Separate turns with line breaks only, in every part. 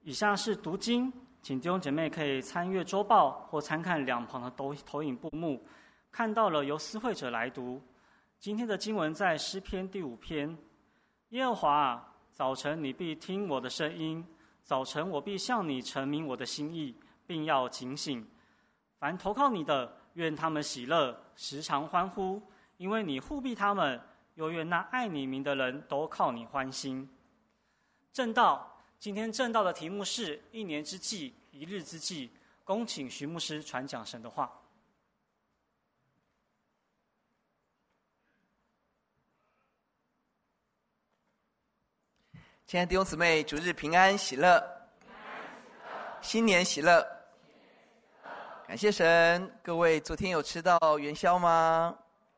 以下是读经，请弟兄姐妹可以参阅周报或参看两旁的投影布幕，看到了由司会者来读。今天的经文在诗篇第5篇。耶和华啊，早晨你必听我的声音，早晨我必向你陈明我的心意，并要警醒。凡投靠你的，愿他们喜乐，时常欢呼，因为你护庇他们，又愿那爱你名的人都靠你欢心。正道，今天正道的题目是一年之计，一日之计。恭请徐牧师传讲神的话。
亲爱的弟兄姊妹，主日平安喜乐，新年喜乐。感谢神。各位昨天有吃到元宵吗？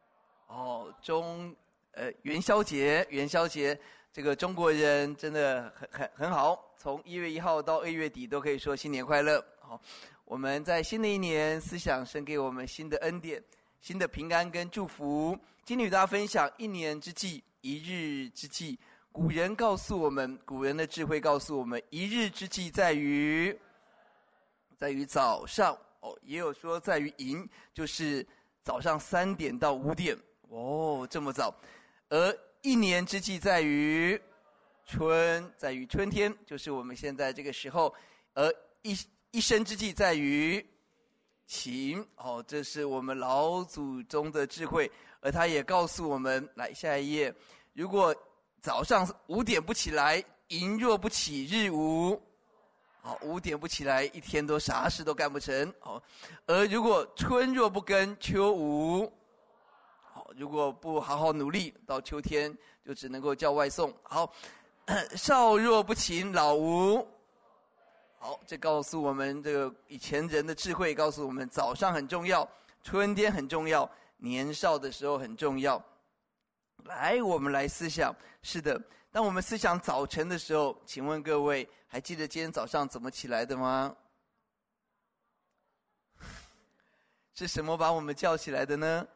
元宵节，这个中国人真的很好，从1月1号到2月底都可以说新年快乐。我们在新的一年，思想神给我们新的恩典、新的平安跟祝福。今天与大家分享一年之计，一日之计。古人告诉我们，古人的智慧告诉我们，一日之计在于早上，也有说在于寅，就是早上3点到5点，这么早。而一年之计在于春天，就是我们现在这个时候。而一生之计在于晴，这是我们老祖宗的智慧。而他也告诉我们，来下一页，如果早上5点不起来，寅若不起，日无。5点不起来，一天都啥事都干不成。而如果春若不耕，秋无。如果不好好努力，到秋天就只能够叫外送。少若不勤，老无。这告诉我们，这个以前人的智慧告诉我们，早上很重要，春天很重要，年少的时候很重要。来，我们来思想。是的，当我们思想早晨的时候，请问各位还记得今天早上怎么起来的吗？是什么把我们叫起来的呢？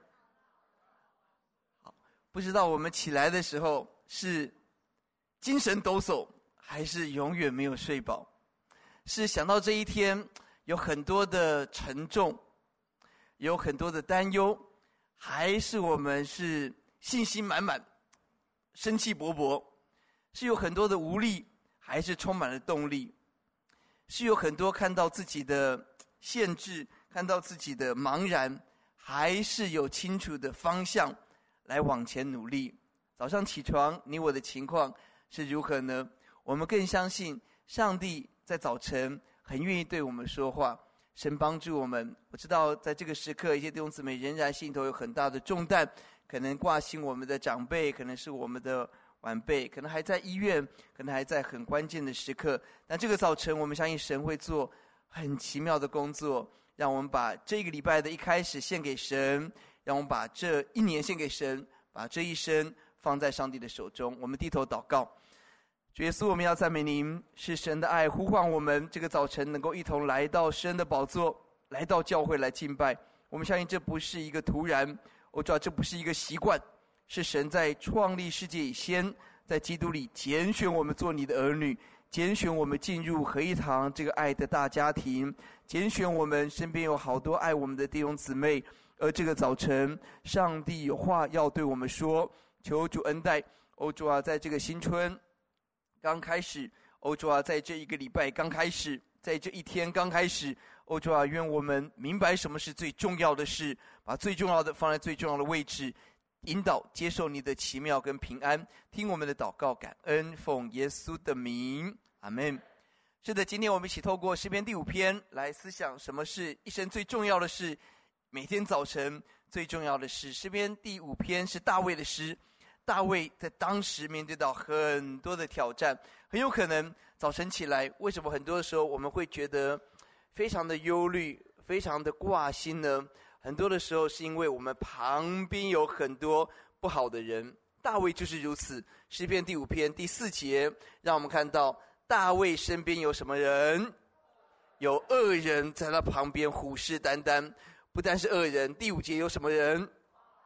不知道我们起来的时候是精神抖擞，还是永远没有睡饱？是想到这一天有很多的沉重，有很多的担忧，还是我们是信心满满，生气勃勃？是有很多的无力，还是充满了动力？是有很多看到自己的限制，看到自己的茫然，还是有清楚的方向来往前努力？早上起床，你我的情况是如何呢？我们更相信上帝在早晨很愿意对我们说话，神帮助我们。我知道在这个时刻，一些弟兄姊妹仍然心头有很大的重担，可能挂心我们的长辈，可能是我们的晚辈，可能还在医院，可能还在很关键的时刻。但这个早晨，我们相信神会做很奇妙的工作，让我们把这个礼拜的一开始献给神，让我们把这一年献给神，把这一生放在上帝的手中。我们低头祷告。主耶稣，我们要赞美您，是神的爱呼唤我们这个早晨能够一同来到神的宝座，来到教会来敬拜。我们相信这不是一个突然，主要这不是一个习惯，是神在创立世界以先，在基督里拣选我们做你的儿女，拣选我们进入合一堂这个爱的大家庭，拣选我们身边有好多爱我们的弟兄姊妹。而这个早晨，上帝有话要对我们说，求主恩待。主啊，在这个新春刚开始，主啊，在这一个礼拜刚开始，在这一天刚开始，主啊，愿我们明白什么是最重要的事，把最重要的放在最重要的位置，引导接受你的奇妙跟平安。听我们的祷告，感恩，奉耶稣的名，阿们。是的，今天我们一起透过诗篇第5篇来思想什么是一生最重要的事，每天早晨最重要的事。诗篇第5篇是大卫的诗。大卫在当时面对到很多的挑战，很有可能早晨起来，为什么很多的时候我们会觉得非常的忧虑，非常的挂心呢？很多的时候是因为我们旁边有很多不好的人。大卫就是如此。诗篇第5篇第4节让我们看到大卫身边有什么人？有恶人在他旁边虎视眈眈。不但是恶人，第5节有什么人？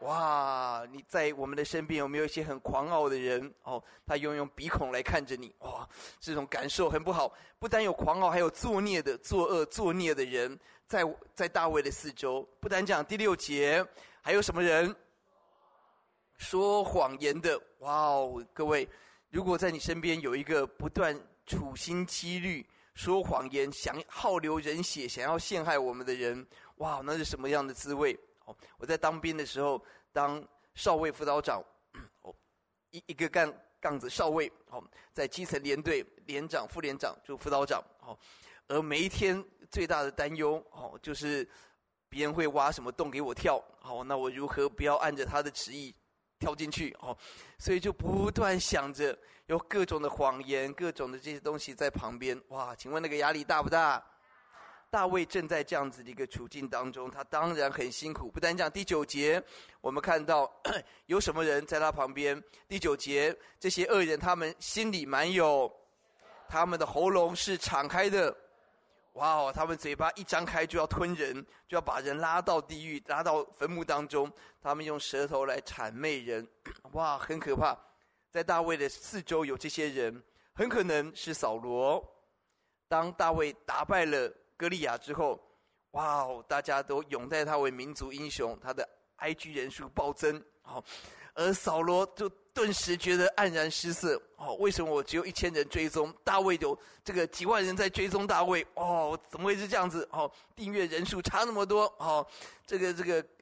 哇，你在我们的身边有没有一些很狂傲的人？他用鼻孔来看着你，哇，这种感受很不好。不但有狂傲，还有作孽的、作恶、作孽的人在大卫的四周。不但讲第6节，还有什么人？说谎言的。哇哦，各位，如果在你身边有一个不断处心积虑说谎言、想好流人血、想要陷害我们的人，哇，那是什么样的滋味？我在当兵的时候，当少尉辅导长，一个杠子少尉，在基层连队连长、副连长就辅导长，而每一天最大的担忧，就是别人会挖什么洞给我跳，那我如何不要按着他的旨意跳进去？所以就不断想着有各种的谎言、各种的这些东西在旁边，哇，请问那个压力大不大？大卫正在这样子的一个处境当中，他当然很辛苦。不单讲第9节，我们看到有什么人在他旁边。第9节，这些恶人他们心里满有，他们的喉咙是敞开的。哇哦，他们嘴巴一张开就要吞人，就要把人拉到地狱，拉到坟墓当中。他们用舌头来谄媚人，哇，很可怕。在大卫的四周有这些人，很可能是扫罗。当大卫打败了歌利亚之后，哇哦，大家都拥戴他为民族英雄，他的 IG 人数暴增，而扫罗就顿时觉得黯然失色，为什么我只有1000人追踪，大卫有这个几万人在追踪大卫，怎么会是这样子？订阅人数差那么多，这个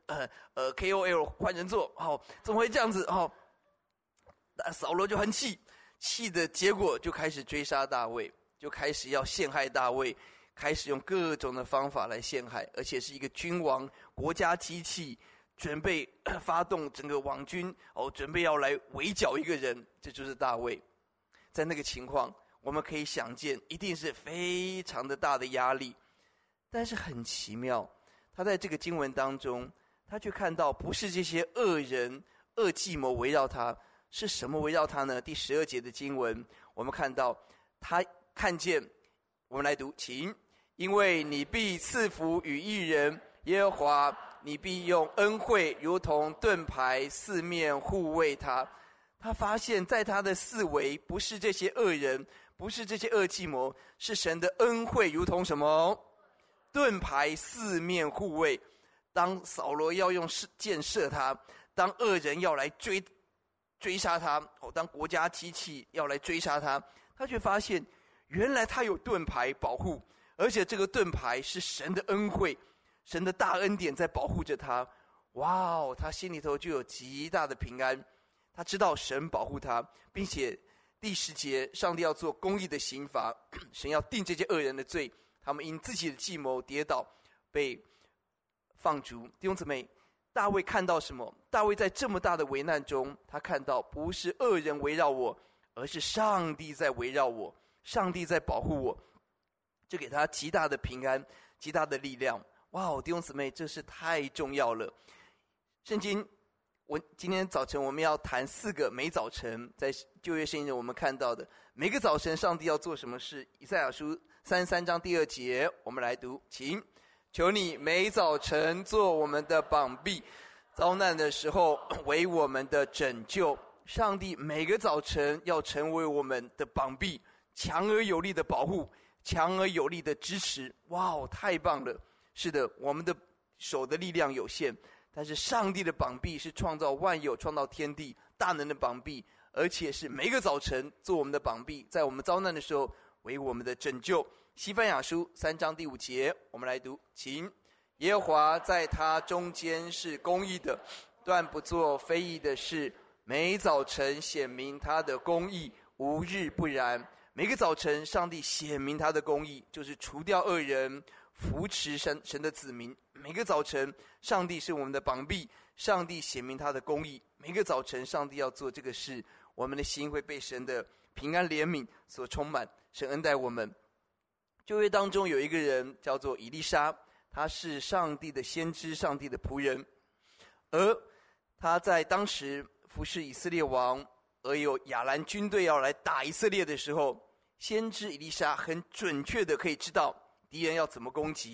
KOL 换人做，怎么会这样子？扫罗就很气的结果就开始追杀大卫，就开始要陷害大卫。开始用各种的方法来陷害，而且是一个君王国家机器，准备发动整个网军，准备要来围剿一个人，这就是大卫。在那个情况，我们可以想见，一定是非常的大的压力。但是很奇妙，他在这个经文当中，他却看到不是这些恶人、恶计谋围绕他，是什么围绕他呢？第12节的经文，我们看到他看见，我们来读，请。因为你必赐福与义人，耶和华，你必用恩惠如同盾牌四面护卫他。他发现在他的四围不是这些恶人，不是这些恶计谋，是神的恩惠如同什么？盾牌四面护卫。当扫罗要用箭射他，当恶人要来追杀他，当国家机器要来追杀他，他却发现原来他有盾牌保护，而且这个盾牌是神的恩惠，神的大恩典在保护着他。哇哦，他心里头就有极大的平安。他知道神保护他，并且第10节，上帝要做公义的刑罚，神要定这些恶人的罪，他们因自己的计谋跌倒，被放逐。弟兄姊妹，大卫看到什么？大卫在这么大的危难中，他看到不是恶人围绕我，而是上帝在围绕我，上帝在保护我，就给他极大的平安，极大的力量。哇哦，弟兄姊妹，这是太重要了。圣经，今天早晨我们要谈4个每早晨在旧约圣经中我们看到的每个早晨上帝要做什么事。以赛亚书33章第2节，我们来读，请。求你每早晨做我们的膀臂，遭难的时候为我们的拯救。上帝每个早晨要成为我们的膀臂，强而有力的保护，强而有力的支持。哇哦，太棒了！是的，我们的手的力量有限，但是上帝的膀臂是创造万有、创造天地大能的膀臂，而且是每个早晨做我们的膀臂，在我们遭难的时候为我们的拯救。西番雅书3章第5节，我们来读，请。耶和华在他中间是公义的，断不做非义的事，每早晨显明他的公义，无日不然。每个早晨上帝显明他的公义，就是除掉恶人，扶持神的子民。每个早晨上帝是我们的膀臂，上帝显明他的公义。每个早晨上帝要做这个事，我们的心会被神的平安怜悯所充满，神恩待我们。旧约当中有一个人叫做以利沙，他是上帝的先知，上帝的仆人，而他在当时服侍以色列王，而有亚兰军队要来打以色列的时候，先知以利沙很准确的可以知道敌人要怎么攻击。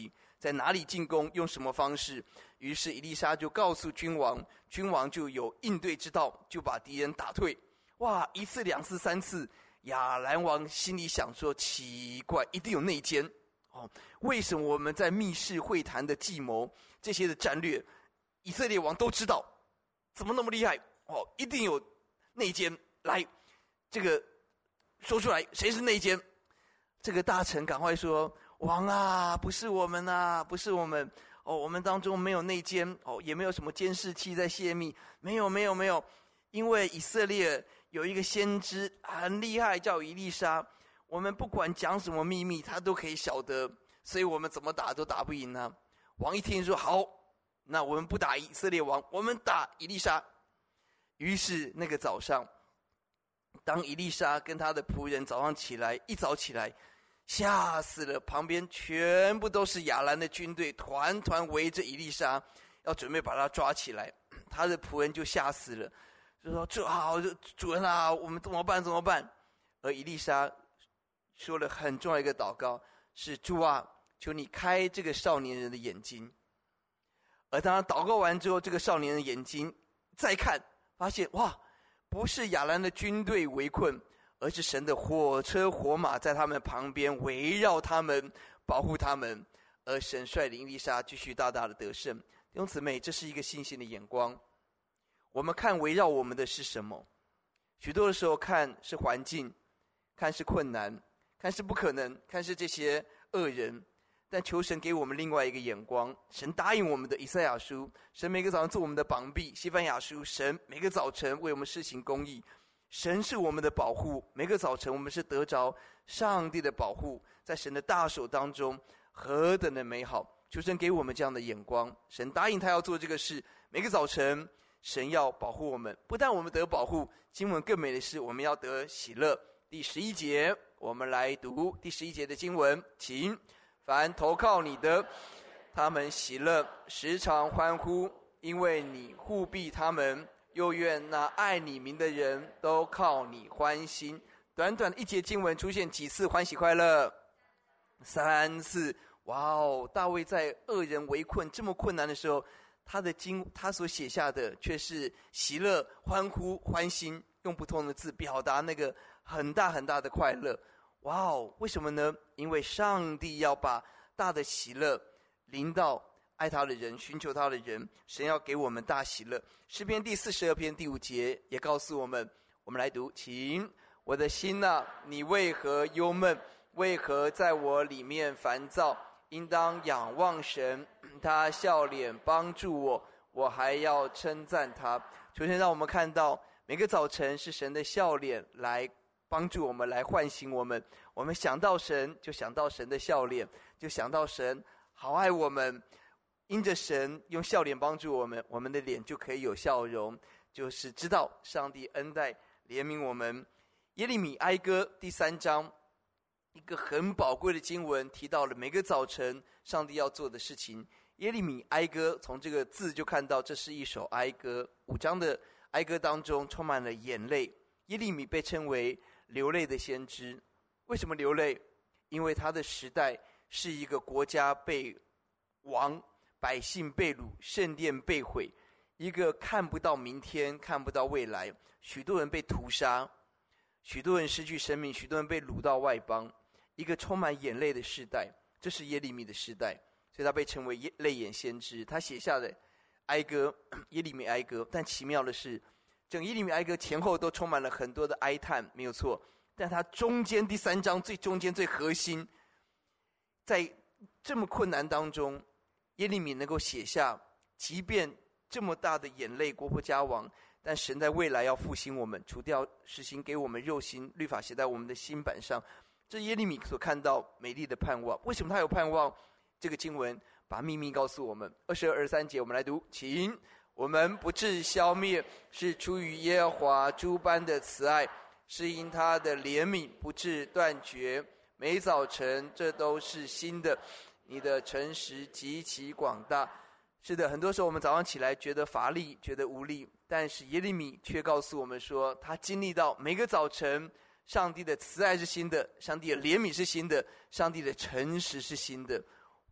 在哪里进攻，用什么方式。于是以利沙就告诉君王，君王就有应对之道，就把敌人打退。哇，一次两次三次，亚兰王心里想说，奇怪，一定有内奸为什么我们在密室会谈的计谋这些的战略，以色列王都知道，怎么那么厉害一定有内奸。来，这个说出来，谁是内奸？这个大臣赶快说，王啊，不是我们啊，不是我们我们当中没有内奸也没有什么监视器在泄密，没有，因为以色列有一个先知很厉害，叫以利沙，我们不管讲什么秘密，他都可以晓得，所以我们怎么打都打不赢他。王一听说，好，那我们不打以色列王，我们打以利沙。于是那个早上，当以利沙跟他的仆人早上起来，一早起来，吓死了，旁边全部都是亚兰的军队，团团围着以利沙，要准备把他抓起来。他的仆人就吓死了，就说：“主人啊，我们怎么办？”而以利沙说了很重要一个祷告，是：“主啊，求你开这个少年人的眼睛。”而当他祷告完之后，这个少年人的眼睛再看，发现哇，不是亚兰的军队围困，而是神的火车火马在他们旁边围绕他们，保护他们。而神率领以利沙继续大大的得胜。弟兄姊妹，这是一个信心的眼光。我们看围绕我们的是什么？许多的时候看是环境，看是困难，看是不可能，看是这些恶人。但求神给我们另外一个眼光。神答应我们的以赛亚书，神每个早上做我们的膀臂；西番雅书，神每个早晨为我们施行公义。神是我们的保护，每个早晨我们是得着上帝的保护，在神的大手当中，何等的美好！求神给我们这样的眼光。神答应他要做这个事，每个早晨神要保护我们，不但我们得保护，经文更美的是我们要得喜乐。第11节，我们来读第11节的经文，请：凡投靠你的，他们喜乐，时常欢呼，因为你护庇他们。又愿那爱你名的人都靠你欢心。短短的一节经文出现几次欢喜快乐？3次。哇哦！大卫在恶人围困这么困难的时候，他所写下的却是喜乐、欢呼、欢心，用不同的字表达那个很大很大的快乐。哇哦！为什么呢？因为上帝要把大的喜乐临到爱他的人，寻求他的人，神要给我们大喜乐。诗篇第42篇第5节也告诉我们，我们来读，请：我的心啊，你为何忧闷？为何在我里面烦躁？应当仰望神，他笑脸帮助我，我还要称赞他。求神让我们看到，每个早晨是神的笑脸来帮助我们，来唤醒我们。我们想到神，就想到神的笑脸，就想到神好爱我们。因着神用笑脸帮助我们，我们的脸就可以有笑容，就是知道上帝恩待怜悯我们。耶利米哀歌第3章，一个很宝贵的经文，提到了每个早晨上帝要做的事情。耶利米哀歌，从这个字就看到这是一首哀歌。5章的哀歌当中充满了眼泪。耶利米被称为流泪的先知。为什么流泪？因为他的时代是一个国家被亡，百姓被掳，圣殿被毁，一个看不到明天，看不到未来，许多人被屠杀，许多人失去生命，许多人被掳到外邦，一个充满眼泪的时代。这是耶利米的时代，所以他被称为泪眼先知。他写下的哀歌，耶利米哀歌。但奇妙的是，整耶利米哀歌前后都充满了很多的哀叹，没有错。但他中间第3章最中间最核心，在这么困难当中，耶利米能够写下，即便这么大的眼泪，国破家亡，但神在未来要复兴我们，除掉实行给我们肉心，律法写在我们的心板上。这耶利米所看到美丽的盼望。为什么他有盼望？这个经文把秘密告诉我们。22、23节我们来读，请：我们不致消灭，是出于耶和华诸般的慈爱，是因他的怜悯不致断绝。每早晨这都是新的，你的诚实极其广大。是的，很多时候我们早上起来觉得乏力，觉得无力，但是耶利米却告诉我们说，他经历到每个早晨上帝的慈爱是新的，上帝的怜悯是新的，上帝的诚实是新的。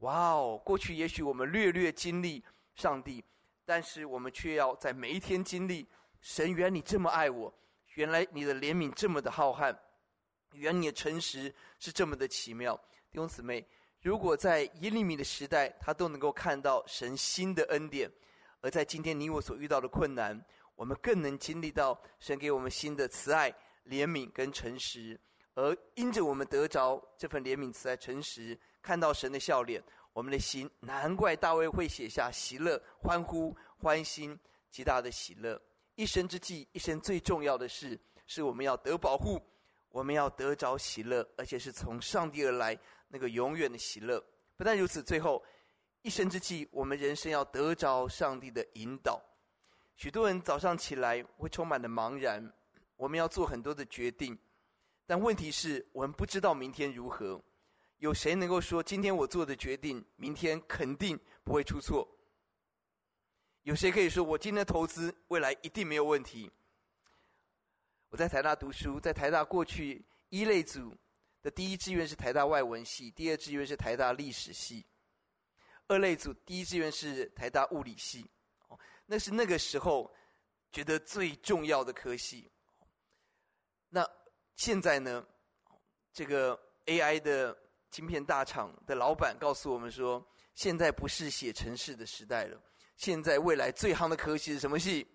哇哦，过去也许我们略略经历上帝，但是我们却要在每一天经历神，原来你这么爱我，原来你的怜悯这么的浩瀚，原来你的诚实是这么的奇妙。弟兄姊妹，如果在耶利米的时代他都能够看到神新的恩典，而在今天你我所遇到的困难，我们更能经历到神给我们新的慈爱、怜悯跟诚实，而因着我们得着这份怜悯、慈爱、诚实，看到神的笑脸，我们的心，难怪大卫会写下喜乐、欢呼、欢欣，极大的喜乐。一生之计，一生最重要的事，是我们要得保护，我们要得着喜乐，而且是从上帝而来那个永远的喜乐。不但如此，最后一生之计，我们人生要得着上帝的引导。许多人早上起来会充满了茫然，我们要做很多的决定，但问题是我们不知道明天如何。有谁能够说今天我做的决定明天肯定不会出错？有谁可以说我今天的投资未来一定没有问题？我在台大读书，在台大过去一类组的第一志愿是台大外文系，第二志愿是台大历史系，二类组第一志愿是台大物理系，那是那个时候觉得最重要的科系。那现在呢，这个 AI 的晶片大厂的老板告诉我们说，现在不是写程式的时代了，现在未来最夯的科系是什么系？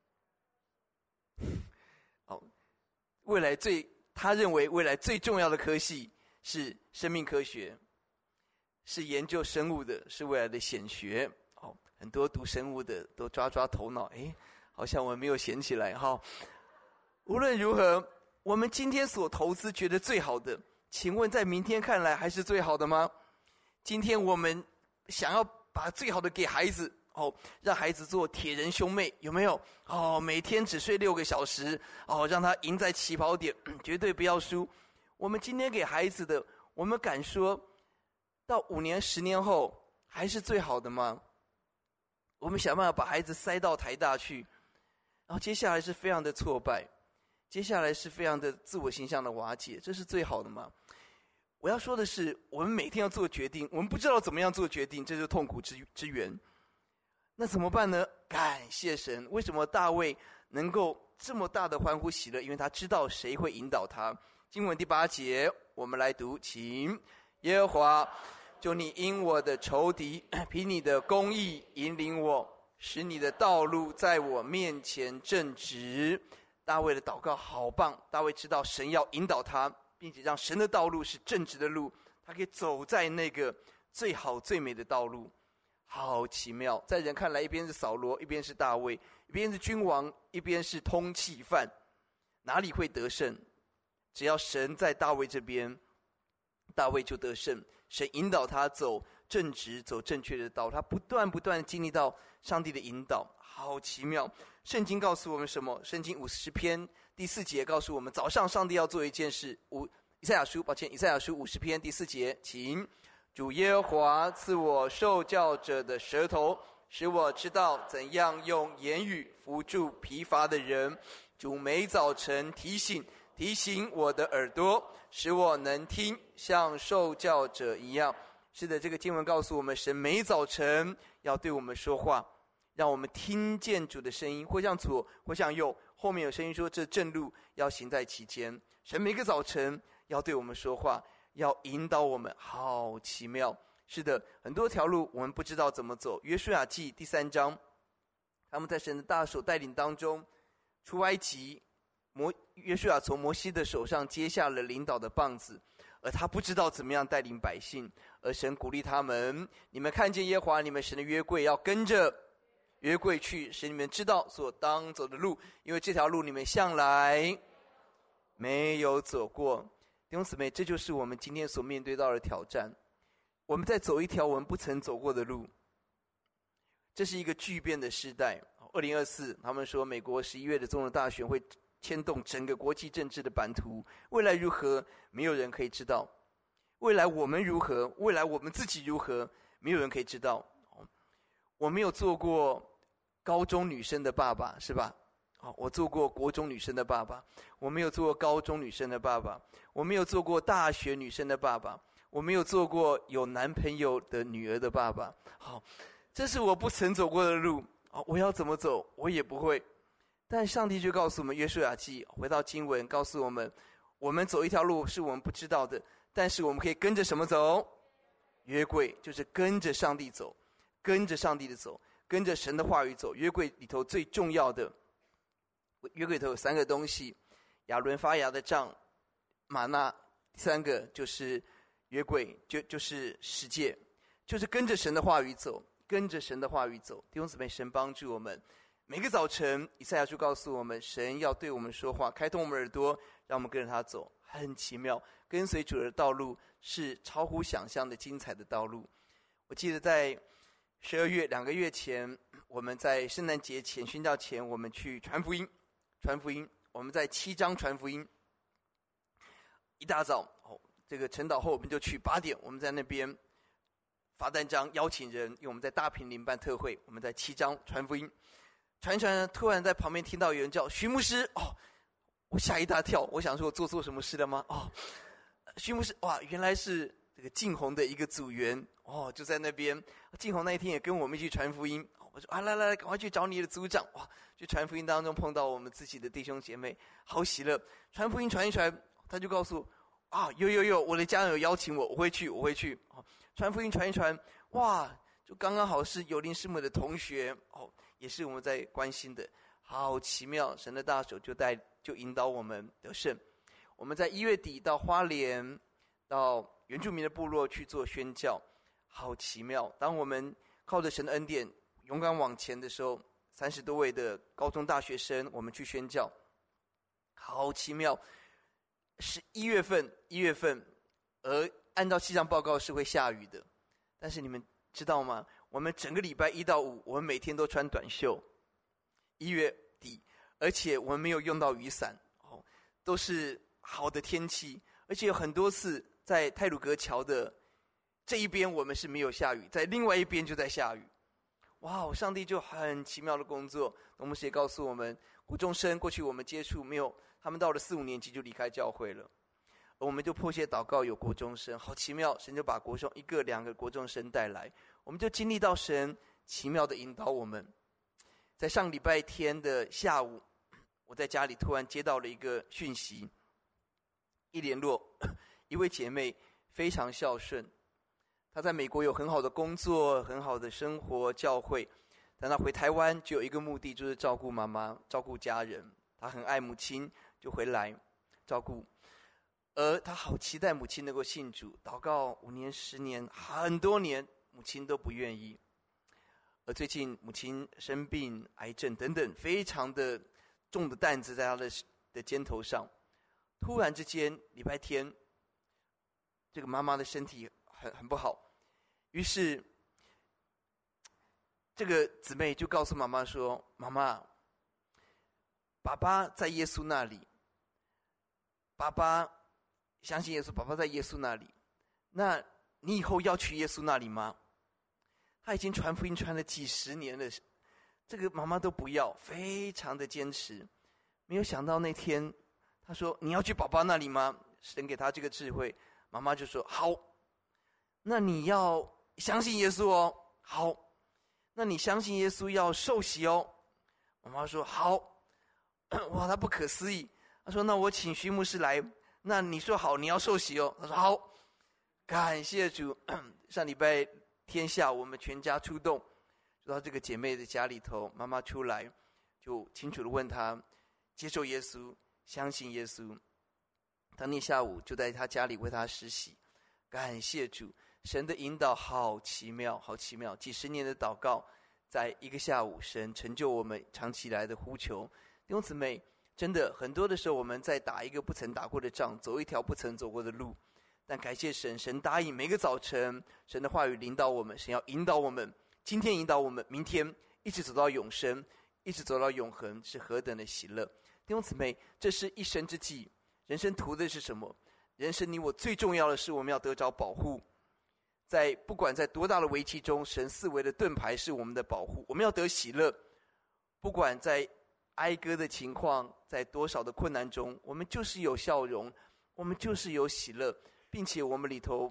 他认为未来最重要的科系是生命科学，是研究生物的，是未来的显学。很多读生物的都抓头脑，好像我们没有显起来。无论如何，我们今天所投资觉得最好的，请问在明天看来还是最好的吗？今天我们想要把最好的给孩子，让孩子做铁人兄妹，有没有？每天只睡6个小时，让他赢在起跑点，绝对不要输。我们今天给孩子的，我们敢说到5年、10年后还是最好的吗？我们想办法把孩子塞到台大去，然后接下来是非常的挫败，接下来是非常的自我形象的瓦解，这是最好的吗？我要说的是，我们每天要做决定，我们不知道怎么样做决定，这就是痛苦之源。那怎么办呢？感谢神，为什么大卫能够这么大的欢呼喜乐？因为他知道谁会引导他。经文第8节，我们来读，请耶和华，就你因我的仇敌，凭你的公义引领我，使你的道路在我面前正直。大卫的祷告好棒，大卫知道神要引导他，并且让神的道路是正直的路，他可以走在那个最好最美的道路。好奇妙，在人看来，一边是扫罗，一边是大卫，一边是君王，一边是通缉犯，哪里会得胜？只要神在大卫这边，大卫就得胜。神引导他走正直、走正确的道，他不断地经历到上帝的引导，好奇妙。圣经告诉我们什么？圣经50篇第4节告诉我们，早上上帝要做一件事。以赛亚书50篇第4节，请主耶和华赐我受教者的舌头，使我知道怎样用言语扶助疲乏的人。主每早晨提醒我的耳朵，使我能听，像受教者一样。是的，这个经文告诉我们，神每早晨要对我们说话，让我们听见主的声音，或向左，或向右。后面有声音说，这正路要行在其间。神每个早晨要对我们说话，要引导我们，好奇妙。是的，很多条路我们不知道怎么走。约书亚记第3章，他们在神的大手带领当中出埃及，约书亚从摩西的手上接下了领导的棒子，而他不知道怎么样带领百姓，而神鼓励他们，你们看见耶和华你们神的约柜，要跟着约柜去，使你们知道所当走的路，因为这条路你们向来没有走过。弟兄姊妹，这就是我们今天所面对到的挑战。我们在走一条我们不曾走过的路，这是一个巨变的时代。2024，他们说美国11月的总统大选会牵动整个国际政治的版图，未来如何，没有人可以知道；未来我们如何，未来我们自己如何，没有人可以知道。我没有做过高中女生的爸爸，是吧？我做过国中女生的爸爸，我没有做过高中女生的爸爸，我没有做过大学女生的爸爸， 我没有做过有男朋友的女儿的爸爸。好，这是我不曾走过的路，我要怎么走我也不会。但上帝就告诉我们，约书亚记回到经文告诉我们，我们走一条路是我们不知道的，但是我们可以跟着什么走？约柜，就是跟着上帝走，跟着上帝的走，跟着神的话语走。约柜里头最重要的，约柜里头有3个东西：亚伦发芽的杖、玛纳，第3个就是约柜，就是十诫，就是跟着神的话语走，跟着神的话语走。弟兄姊妹，神帮助我们。每个早晨，以赛亚书告诉我们，神要对我们说话，开通我们耳朵，让我们跟着他走。很奇妙，跟随主的道路是超乎想象的精彩的道路。我记得在12月2个月前，我们在圣诞节前宣教前，我们去传福音。我们在7章传福音。一大早，这个晨祷后我们就去8点，我们在那边发单张邀请人，因为我们在大坪林办特会，我们在7章传福音。传突然在旁边听到有人叫徐牧师，我吓一大跳，我想说我做错什么事了吗？徐牧师，哇，原来是这个静红的一个组员，就在那边。静红那一天也跟我们一起传福音，我说来，赶快去找你的组长。哇，去传福音当中碰到我们自己的弟兄姐妹，好喜乐。传福音传一传，他就告诉我，有，我的家人有邀请我，我会去。传福音传一传，哇，就刚刚好是有林师母的同学，也是我们在关心的，好奇妙！神的大手就引导我们得胜。我们在1月底到花莲，到原住民的部落去做宣教，好奇妙！当我们靠着神的恩典勇敢往前的时候，30多位的高中大学生，我们去宣教，好奇妙！是1月份，而按照气象报告是会下雨的，但是你们知道吗？我们整个礼拜1到5，我们每天都穿短袖。1月底，而且我们没有用到雨伞，都是好的天气，而且有很多次在太鲁阁桥的这一边我们是没有下雨，在另外一边就在下雨。哇，上帝就很奇妙的工作。我们也告诉我们，国中生过去我们接触没有，他们到了4、5年级就离开教会了。而我们就迫切祷告有国中生，好奇妙，神就把国中1个、2个国中生带来，我们就经历到神奇妙的引导我们。在上礼拜天的下午，我在家里突然接到了一个讯息，一联络，一位姐妹非常孝顺，她在美国有很好的工作，很好的生活教会，但她回台湾就有一个目的，就是照顾妈妈，照顾家人。她很爱母亲，就回来照顾。而他好期待母亲能够信主，祷告5年、10年，很多年，母亲都不愿意。而最近母亲生病、癌症等等，非常的重的担子在他的肩头上。突然之间，礼拜天，这个妈妈的身体很不好，于是这个姊妹就告诉妈妈说：“妈妈，爸爸在耶稣那里，爸爸。”相信耶稣，爸爸在耶稣那里。那你以后要去耶稣那里吗？他已经传福音传了几10年了，这个妈妈都不要，非常的坚持。没有想到那天，他说：“你要去爸爸那里吗？”神给他这个智慧，妈妈就说：“好。”那你要相信耶稣哦。好，那你相信耶稣要受洗哦。妈妈说：“好。”哇，他不可思议。他说：“那我请徐牧师来。”那你说好，你要受洗哦。他说好，感谢主。上礼拜天下午，我们全家出动，就到这个姐妹的家里头。妈妈出来，就清楚的问她，接受耶稣，相信耶稣。当天下午就在她家里为她施洗。感谢主，神的引导好奇妙，好奇妙。几10年的祷告，在一个下午，神成就我们长期以来的呼求。弟兄姊妹。真的，很多的时候我们在打一个不曾打过的仗，走一条不曾走过的路。但感谢神，神答应每个早晨，神的话语领导我们，神要引导我们，今天引导我们，明天一直走到永生，一直走到永恒，是何等的喜乐！弟兄姊妹，这是一生之计。人生图的是什么？人生你我最重要的是，我们要得着保护。不管在多大的危机中，神四围的盾牌是我们的保护。我们要得喜乐，不管在哀歌的情况，在多少的困难中，我们就是有笑容，我们就是有喜乐，并且我们里头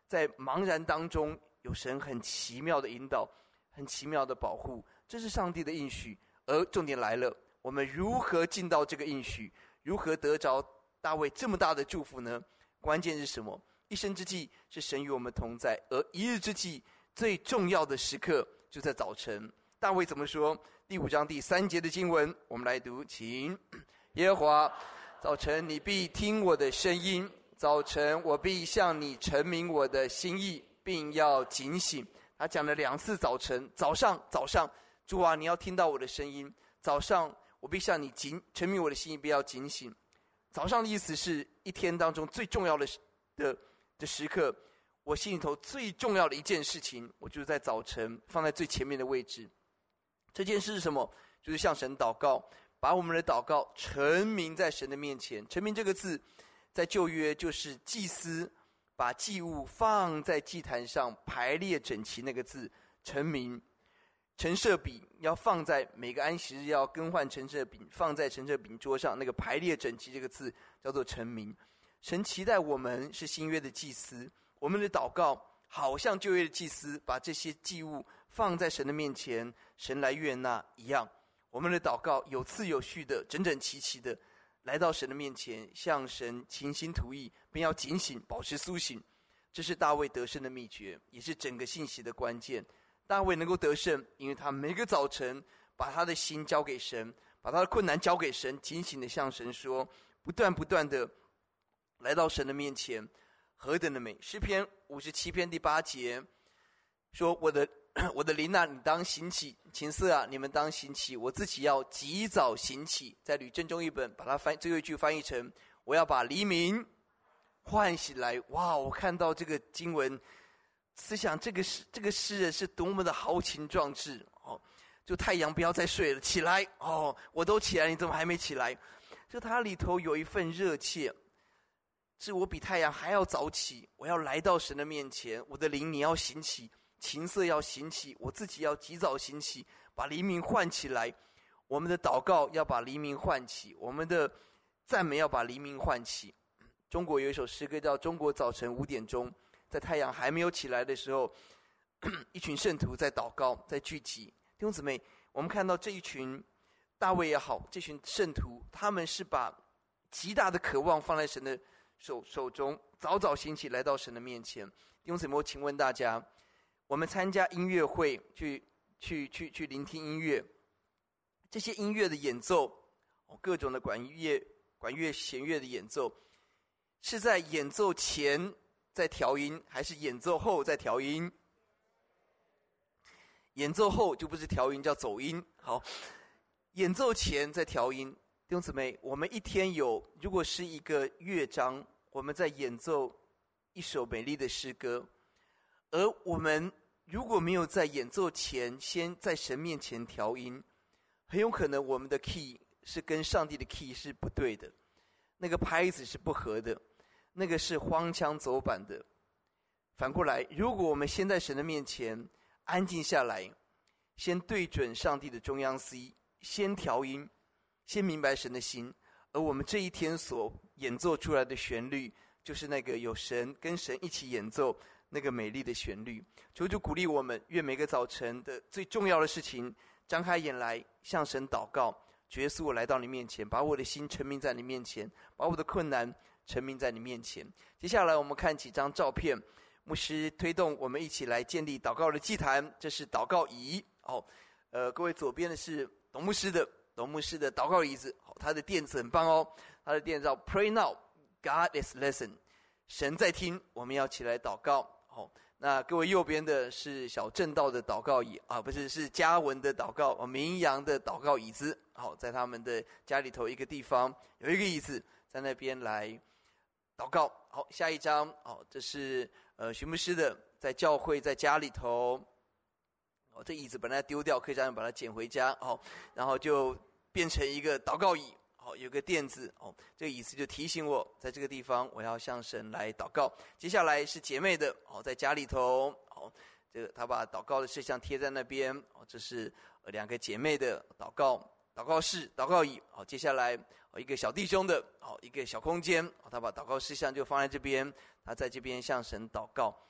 在茫然当中有神很奇妙的引导，很奇妙的保护，这是上帝的应许。而重点来了，我们如何进到这个应许，如何得着大卫这么大的祝福呢？关键是什么？一生之计是神与我们同在，而一日之计最重要的时刻就在早晨。大卫怎么说？第5章第3节的经文，我们来读，请。耶和华，早晨你必听我的声音，早晨我必向你陈明我的心意，并要警醒。他讲了2次早晨，早上，主啊，你要听到我的声音。早上我必向你陈明我的心意，并要警醒。早上的意思是一天当中最重要的时刻，我心里头最重要的一件事情，我就是在早晨放在最前面的位置。这件事是什么？就是向神祷告，把我们的祷告陈明在神的面前。陈明这个字在旧约就是祭司把祭物放在祭坛上排列整齐，那个字陈明。陈设饼要放在每个安息日要更换陈设饼，放在陈设饼桌上，那个排列整齐这个字叫做陈明。神期待我们是新约的祭司，我们的祷告好像旧约的祭司把这些祭物放在神的面前，神来悦纳一样。我们的祷告有次有序的，整整齐齐的来到神的面前，向神倾心吐意，并要警醒，保持苏醒。这是大卫得胜的秘诀，也是整个信息的关键。大卫能够得胜，因为他每个早晨把他的心交给神，把他的困难交给神，警醒的向神说，不断的来到神的面前，何等的美！诗篇57篇第8节说，我的灵啊，你当醒起；琴瑟啊，你们当醒起。我自己要及早醒起。在吕正中译本把它最后一句翻译成，我要把黎明唤醒来。哇，我看到这个经文，思想这个诗人是多么的豪情壮志哦！就太阳不要再睡了，起来哦！我都起来，你怎么还没起来？就它里头有一份热切，是我比太阳还要早起，我要来到神的面前。我的灵你要醒起，琴瑟要醒起，我自己要及早醒起，把黎明唤起来。我们的祷告要把黎明唤起，我们的赞美要把黎明唤起。中国有一首诗歌叫《中国早晨5点钟》。在太阳还没有起来的时候，一群圣徒在祷告，在聚集。弟兄姊妹，我们看到这一群大卫也好，这群圣徒，他们是把极大的渴望放在神的手中，早早醒起来到神的面前。弟兄姊妹，我请问大家，我们参加音乐会，去聆听音乐，这些音乐的演奏，各种的管乐、弦乐的演奏，是在演奏前在调音，还是演奏后在调音？演奏后就不是调音，叫走音。好，演奏前在调音。弟兄姊妹，我们一天如果是一个乐章，我们在演奏一首美丽的诗歌，而我们如果没有在演奏前先在神面前调音，很有可能我们的 key 是跟上帝的 key 是不对的，那个拍子是不合的，那个是荒腔走板的。反过来，如果我们先在神的面前安静下来，先对准上帝的中央 C， 先调音，先明白神的心，而我们这一天所演奏出来的旋律，就是那个有神跟神一起演奏那个美丽的旋律。求主鼓励我们，愿每个早晨的最重要的事情，张开眼来向神祷告，主耶稣，我来到你面前，把我的心陈明在你面前，把我的困难陈明在你面前。接下来我们看几张照片，牧师推动我们一起来建立祷告的祭坛，这是祷告椅。各位左边的是董牧师的祷告椅子，他的垫子很棒哦，他的垫子叫 Pray Now, God is Listen， 神在听，我们要起来祷告。那各位右边的是小正道的祷告椅啊，不是，是嘉文的祷告，明阳的祷告椅子。在他们的家里头一个地方有一个椅子，在那边来祷告。好，下一张，这是徐牧师的，在教会在家里头，这椅子本来丢掉，可以让人把它捡回家，然后就变成一个祷告椅。有个垫子，这个椅子就提醒我，在这个地方我要向神来祷告。接下来是姐妹的，在家里头，这个她把祷告的事项贴在那边，这是两个姐妹的祷告室、祷告椅。接下来一个小弟兄的，一个小空间，他把祷告事项就放在这边，他在这边向神祷告。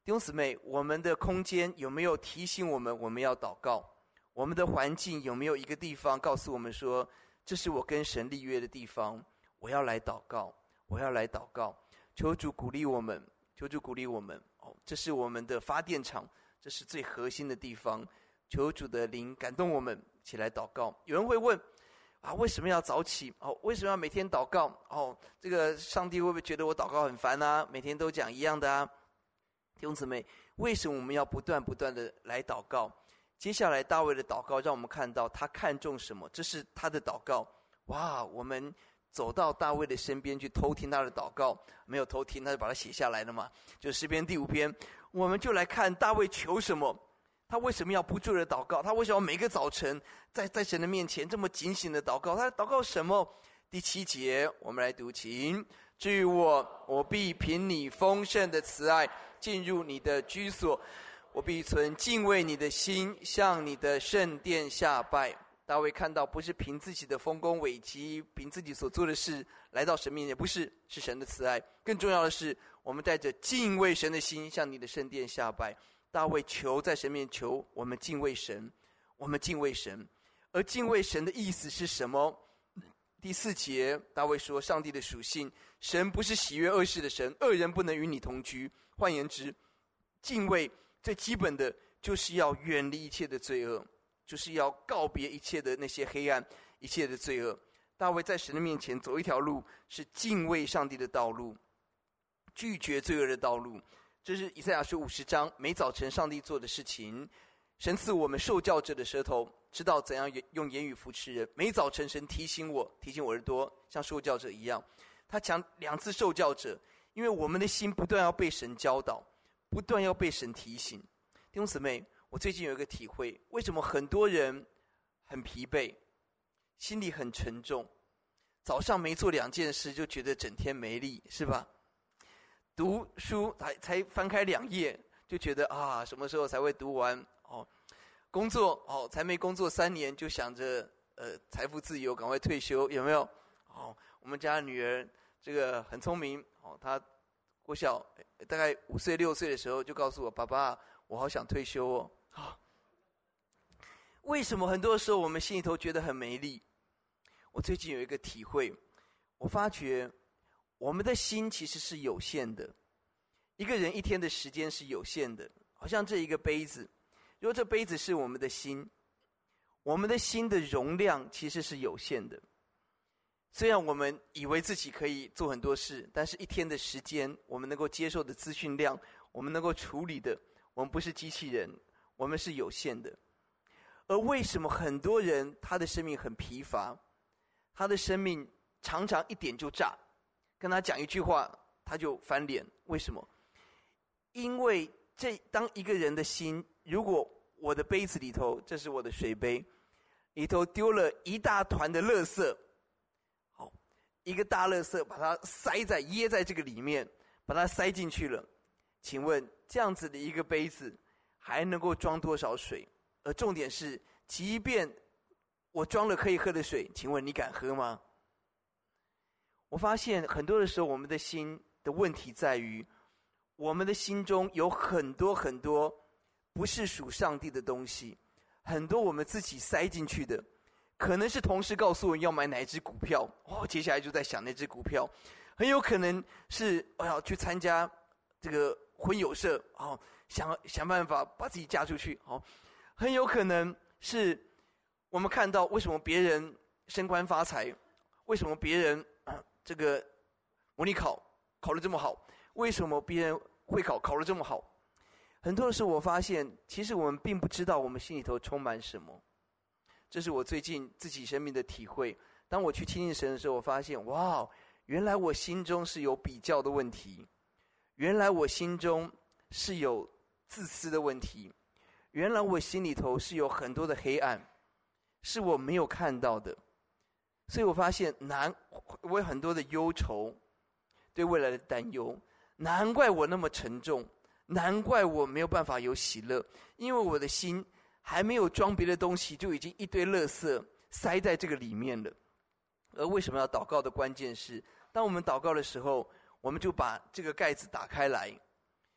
兄姊妹，我们的空间有没有提醒我们要祷告？我们的环境有没有一个地方告诉我们说，这是我跟神立约的地方，我要来祷告，我要来祷告。求主鼓励我们，求主鼓励我们。这是我们的发电厂，这是最核心的地方。求主的灵感动我们，起来祷告。有人会问为什么要早起？为什么要每天祷告？这个上帝会不会觉得我祷告很烦啊？每天都讲一样的啊？弟兄姊妹，为什么我们要不断的来祷告？接下来大卫的祷告让我们看到他看重什么，这是他的祷告。我们走到大卫的身边去偷听他的祷告，没有偷听，他就把它写下来了嘛。就诗篇第5篇，我们就来看大卫求什么，他为什么要不住的祷告，他为什么每个早晨在神的面前这么警醒的祷告，他祷告什么？第7节我们来读，请。至于我必凭你丰盛的慈爱进入你的居所，我必存敬畏你的心，向你的圣殿下拜。大卫看到不是凭自己的丰功伟绩，凭自己所做的事来到神面前，不是，是神的慈爱。更重要的是，我们带着敬畏神的心向你的圣殿下拜。大卫求在神面前求我们敬畏神，我们敬畏神。而敬畏神的意思是什么？第4节大卫说，上帝的属性，神不是喜悦恶事的神，恶人不能与你同居。换言之，敬畏最基本的就是要远离一切的罪恶，就是要告别一切的那些黑暗，一切的罪恶。大卫在神的面前走一条路，是敬畏上帝的道路，拒绝罪恶的道路。这是以赛亚书50章每早晨上帝做的事情。神赐我们受教者的舌头，知道怎样用言语扶持人。每早晨神提醒我耳朵，像受教者一样。他讲2次受教者，因为我们的心不断要被神教导，不断要被神提醒。弟兄姊妹，我最近有一个体会，为什么很多人很疲惫，心里很沉重，早上没做2件事就觉得整天没力，是吧？读书才翻开2页就觉得什么时候才会读完？工作才没工作3年就想着财富自由，赶快退休，有没有？我们家女儿这个很聪明，她国小大概5岁6岁的时候就告诉我，爸爸，我好想退休哦。为什么很多时候我们心里头觉得很没力？我最近有一个体会，我发觉我们的心其实是有限的，一个人一天的时间是有限的。好像这一个杯子，如果这杯子是我们的心，我们的心的容量其实是有限的。虽然我们以为自己可以做很多事，但是一天的时间，我们能够接受的资讯量，我们能够处理的，我们不是机器人，我们是有限的。而为什么很多人他的生命很疲乏，他的生命常常一点就炸，跟他讲一句话他就翻脸？为什么？因为当一个人的心，如果我的杯子里头，这是我的水杯，里头丢了一大团的垃圾，一个大垃圾把它噎在这个里面，把它塞进去了，请问这样子的一个杯子还能够装多少水？而重点是，即便我装了可以喝的水，请问你敢喝吗？我发现很多的时候，我们的心的问题在于，我们的心中有很多不是属上帝的东西，很多我们自己塞进去的。可能是同事告诉我要买哪一只股票，接下来就在想那只股票；很有可能是要去参加这个婚友社，想办法把自己嫁出去；很有可能是我们看到为什么别人升官发财，为什么别人这个模拟考得这么好，为什么别人会考得这么好。很多的时候我发现，其实我们并不知道我们心里头充满什么。这是我最近自己生命的体会。当我去亲近神的时候，我发现，原来我心中是有比较的问题，原来我心中是有自私的问题，原来我心里头是有很多的黑暗，是我没有看到的。所以我发现我有很多的忧愁，对未来的担忧，难怪我那么沉重，难怪我没有办法有喜乐，因为我的心还没有装别的东西，就已经一堆垃圾塞在这个里面了。而为什么要祷告的关键是，当我们祷告的时候，我们就把这个盖子打开来，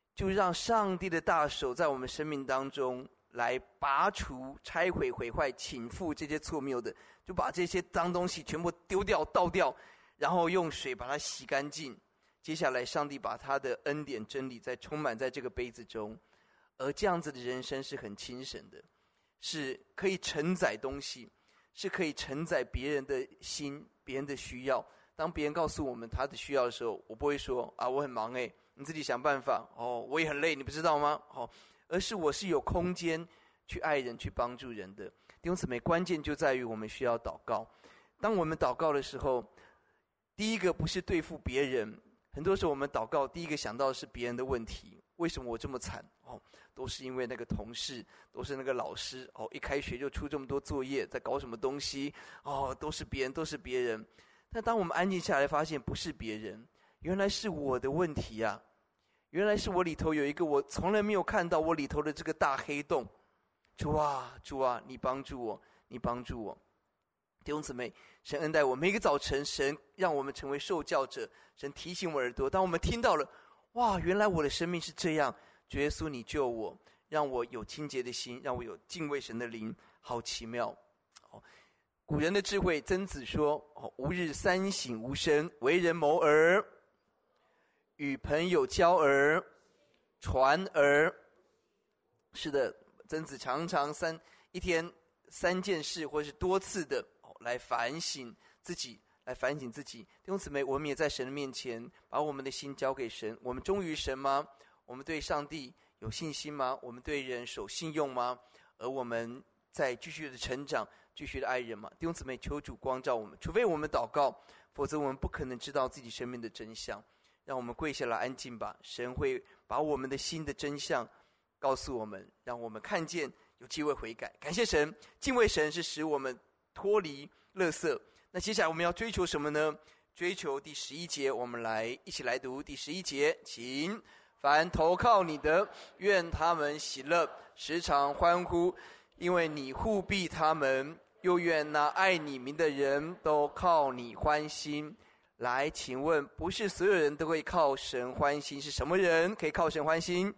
就让上帝的大手在我们生命当中来拔除、拆毁、毁坏、倾覆这些错谬的，就把这些脏东西全部丢掉、倒掉，然后用水把它洗干净。接下来，上帝把他的恩典、真理再充满在这个杯子中，而这样子的人生是很轻省的，是可以承载东西，是可以承载别人的心、别人的需要。当别人告诉我们他的需要的时候，我不会说啊，我很忙你自己想办法我也很累，你不知道吗？而是我是有空间去爱人、去帮助人的。弟兄姊妹，关键就在于我们需要祷告。当我们祷告的时候，第一个不是对付别人，很多时候我们祷告第一个想到的是别人的问题。为什么我这么惨？都是因为那个同事，都是那个老师一开学就出这么多作业，在搞什么东西都是别人，都是别人。但当我们安静下来，发现不是别人，原来是我的问题啊！原来是我里头有一个我从来没有看到我里头的这个大黑洞。主啊，主啊，你帮助我，你帮助我。弟兄姊妹，神恩待我，每个早晨神让我们成为受教者，神提醒我耳朵，当我们听到了，哇，原来我的生命是这样，主耶稣你救我，让我有清洁的心，让我有敬畏神的灵，好奇妙。古人的智慧，曾子说吾日三省吾身，为人谋而与朋友交而传而。是的，曾子常常一天3件事，或是多次的来反省自己，来反省自己。弟兄姊妹，我们也在神的面前把我们的心交给神。我们忠于神吗？我们对上帝有信心吗？我们对人守信用吗？而我们在继续的成长，继续的爱人吗？弟兄姊妹，求主光照我们，除非我们祷告，否则我们不可能知道自己生命的真相。让我们跪下来安静吧，神会把我们的心的真相告诉我们，让我们看见，有机会悔改。感谢神，敬畏神是使我们脱离垃圾。那接下来我们要追求什么呢？追求第11节，我们一起来读第11节，请凡投靠你的，愿他们喜乐，时常欢呼，因为你护庇他们；又愿那爱你名的人都靠你欢心。来，请问，不是所有人都会靠神欢心，是什么人可以靠神欢心？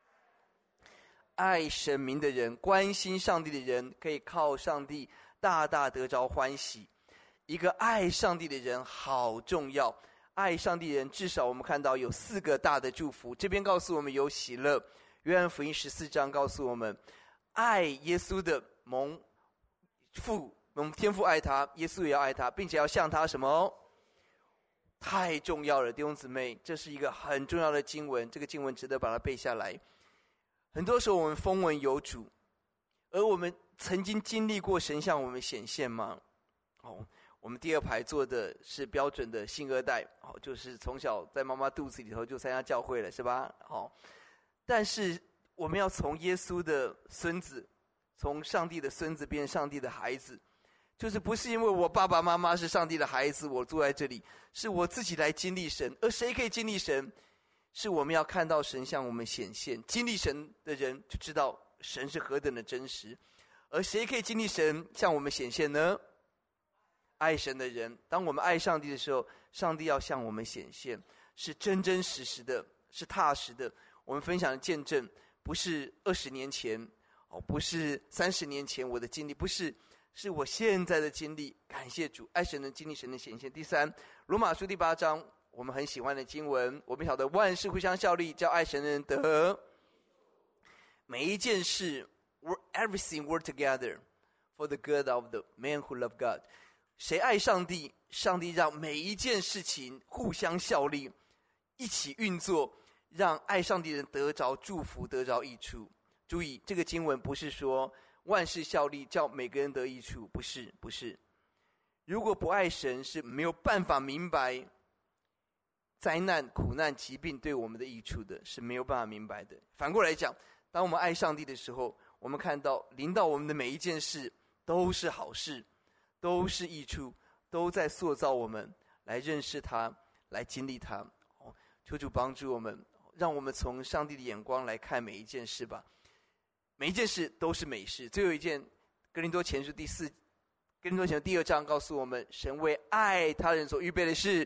爱神名的人，关心上帝的人，可以靠上帝大大得着欢喜。一个爱上帝的人好重要，爱上帝的人至少我们看到有4个大的祝福。这边告诉我们有喜乐，约翰福音14章告诉我们，爱耶稣的蒙天父爱他，耶稣也要爱他，并且要向他什么？太重要了，弟兄姊妹，这是一个很重要的经文，这个经文值得把它背下来。很多时候我们风闻有主，而我们曾经经历过神向我们显现吗？我们第2排坐的是标准的星二代，就是从小在妈妈肚子里头就参加教会了，是吧？但是我们要从耶稣的孙子，从上帝的孙子变上帝的孩子，就是不是因为我爸爸妈妈是上帝的孩子，我坐在这里，是我自己来经历神。而谁可以经历神？是我们要看到神向我们显现，经历神的人就知道神是何等的真实。而谁可以经历神向我们显现呢？爱神的人。当我们爱上帝的时候，上帝要向我们显现，是真真实实的，是踏实的。我们分享的见证不是20年前不是30年前我的经历，不是，是我现在的经历。感谢主，爱神的经历神的显现。第3，罗马书第8章，我们很喜欢的经文，我们晓得万事互相效力，叫爱神的人得。每一件事 everything work together for the good of the man who love God。 谁爱上帝，上帝让每一件事情互相效力，一起运作，让爱上帝的人得着祝福，得着益处。注意，这个经文不是说万事效力叫每个人得益处，不是。如果不爱神，是没有办法明白灾难、苦难、疾病对我们的益处的，是没有办法明白的。反过来讲，当我们爱上帝的时候，我们看到临到我们的每一件事都是好事，都是益处，都在塑造我们来认识他，来经历他。求主帮助我们，让我们从上帝的眼光来看每一件事吧。每一件事都是美事。最后一件，哥林多前书第2章告诉我们，神为爱他人所预备的事，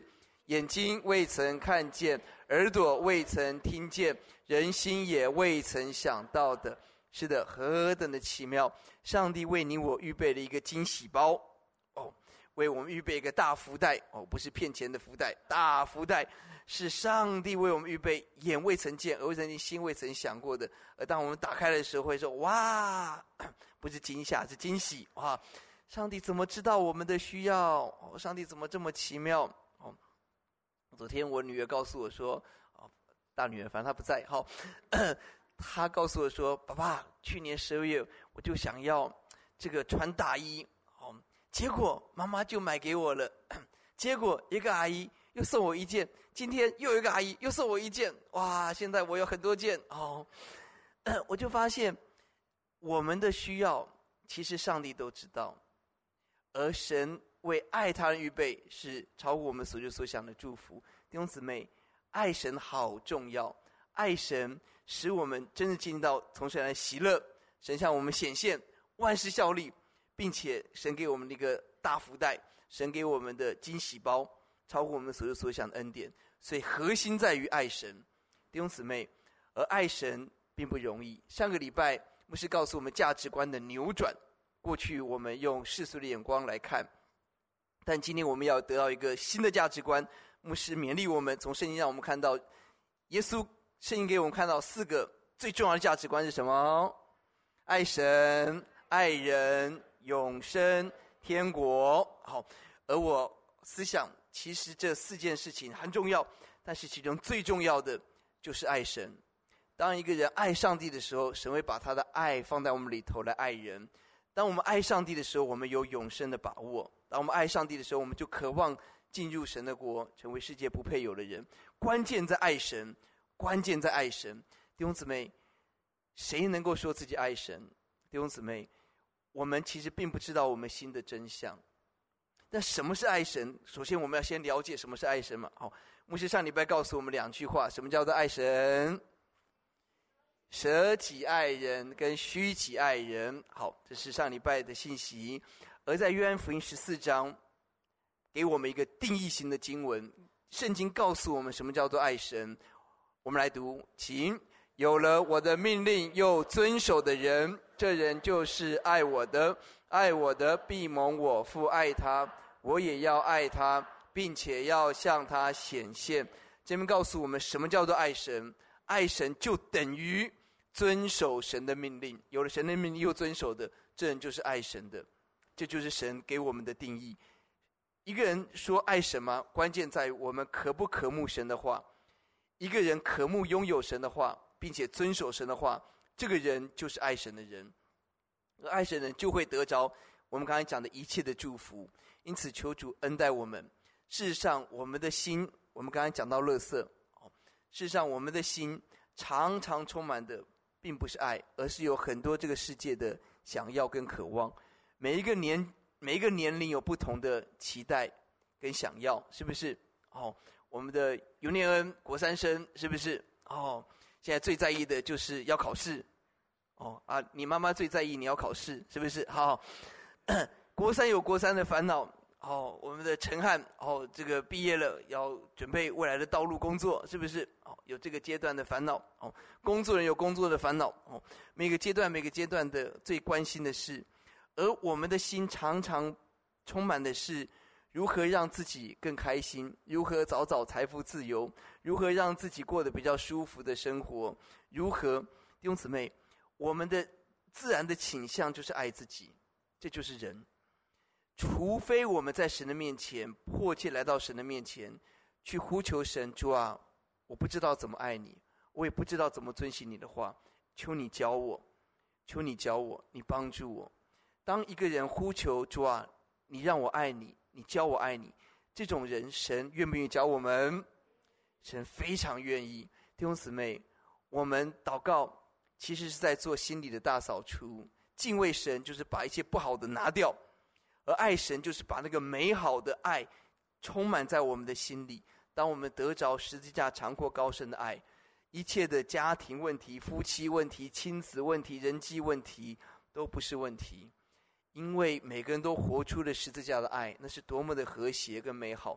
眼睛未曾看见，耳朵未曾听见，人心也未曾想到的。是的，何等的奇妙！上帝为你我预备了一个惊喜包哦，为我们预备一个大福袋哦，不是骗钱的福袋，大福袋是上帝为我们预备，眼未曾见，耳未曾听，心未曾想过的。而当我们打开的时候，会说：哇，不是惊吓，是惊喜！哇，上帝怎么知道我们的需要？哦，上帝怎么这么奇妙？哦，昨天我女儿告诉我说，哦，大女儿反正她不在，好。他告诉我说：“爸爸，去年12月我就想要这个穿大衣，哦，结果妈妈就买给我了。结果一个阿姨又送我一件，今天又有一个阿姨又送我一件，哇！现在我有很多件哦。我就发现我们的需要，其实上帝都知道，而神为爱他人预备是超乎我们所求所想的祝福。弟兄姊妹，爱神好重要，爱神。”使我们真正经历到从神来喜乐，神向我们显现，万事效力，并且神给我们的一个大福袋，神给我们的惊喜包，超乎我们所求所想的恩典。所以核心在于爱神，弟兄姊妹，而爱神并不容易。上个礼拜牧师告诉我们价值观的扭转，过去我们用世俗的眼光来看，但今天我们要得到一个新的价值观。牧师勉励我们，从圣经让我们看到耶稣。圣经给我们看到4个最重要的价值观是什么？爱神、爱人、永生、天国。好，而我思想，其实这4件事情很重要，但是其中最重要的就是爱神。当一个人爱上帝的时候，神会把他的爱放在我们里头来爱人。当我们爱上帝的时候，我们有永生的把握。当我们爱上帝的时候，我们就渴望进入神的国，成为世界不配有的人。关键在爱神。关键在爱神，弟兄姊妹，谁能够说自己爱神？弟兄姊妹，我们其实并不知道我们心的真相。但什么是爱神？首先我们要先了解什么是爱神嘛。好，牧师上礼拜告诉我们2句话，什么叫做爱神？舍己爱人跟虚己爱人。好，这是上礼拜的信息。而在约翰福音14章，给我们一个定义型的经文，圣经告诉我们什么叫做爱神。我们来读，请：有了我的命令又遵守的人，这人就是爱我的。爱我的必蒙我父爱他，我也要爱他，并且要向他显现。这边告诉我们什么叫做爱神？爱神就等于遵守神的命令。有了神的命令又遵守的，这人就是爱神的。这就是神给我们的定义。一个人说爱神吗？关键在于我们渴不渴慕神的话。一个人渴慕拥有神的话，并且遵守神的话，这个人就是爱神的人。而爱神的人就会得着我们刚才讲的一切的祝福。因此求主恩待我们。事实上我们的心，我们刚才讲到垃圾，事实上我们的心常常充满的并不是爱，而是有很多这个世界的想要跟渴望。每一个年龄有不同的期待跟想要，是不是？我们的尤念恩国3生，是不是？现在最在意的就是要考试。你妈妈最在意你要考试，是不是？好，国3有国3的烦恼。我们的陈汉，这个毕业了，要准备未来的道路工作，是不是？有这个阶段的烦恼。工作人有工作的烦恼。每个阶段的最关心的事，而我们的心常常充满的是如何让自己更开心，如何早早财富自由，如何让自己过得比较舒服的生活，如何，弟兄姊妹，我们的自然的倾向就是爱自己，这就是人。除非我们在神的面前迫切来到神的面前，去呼求神，主啊，我不知道怎么爱你，我也不知道怎么遵行你的话，求你教我，求你教我，你帮助我。当一个人呼求主啊，你让我爱你，你教我爱你，这种人神愿不愿意教我们？神非常愿意。弟兄姊妹，我们祷告其实是在做心里的大扫除。敬畏神就是把一切不好的拿掉，而爱神就是把那个美好的爱充满在我们的心里。当我们得着十字架长阔高深的爱，一切的家庭问题、夫妻问题、亲子问题、人际问题都不是问题，因为每个人都活出了十字架的爱，那是多么的和谐跟美好。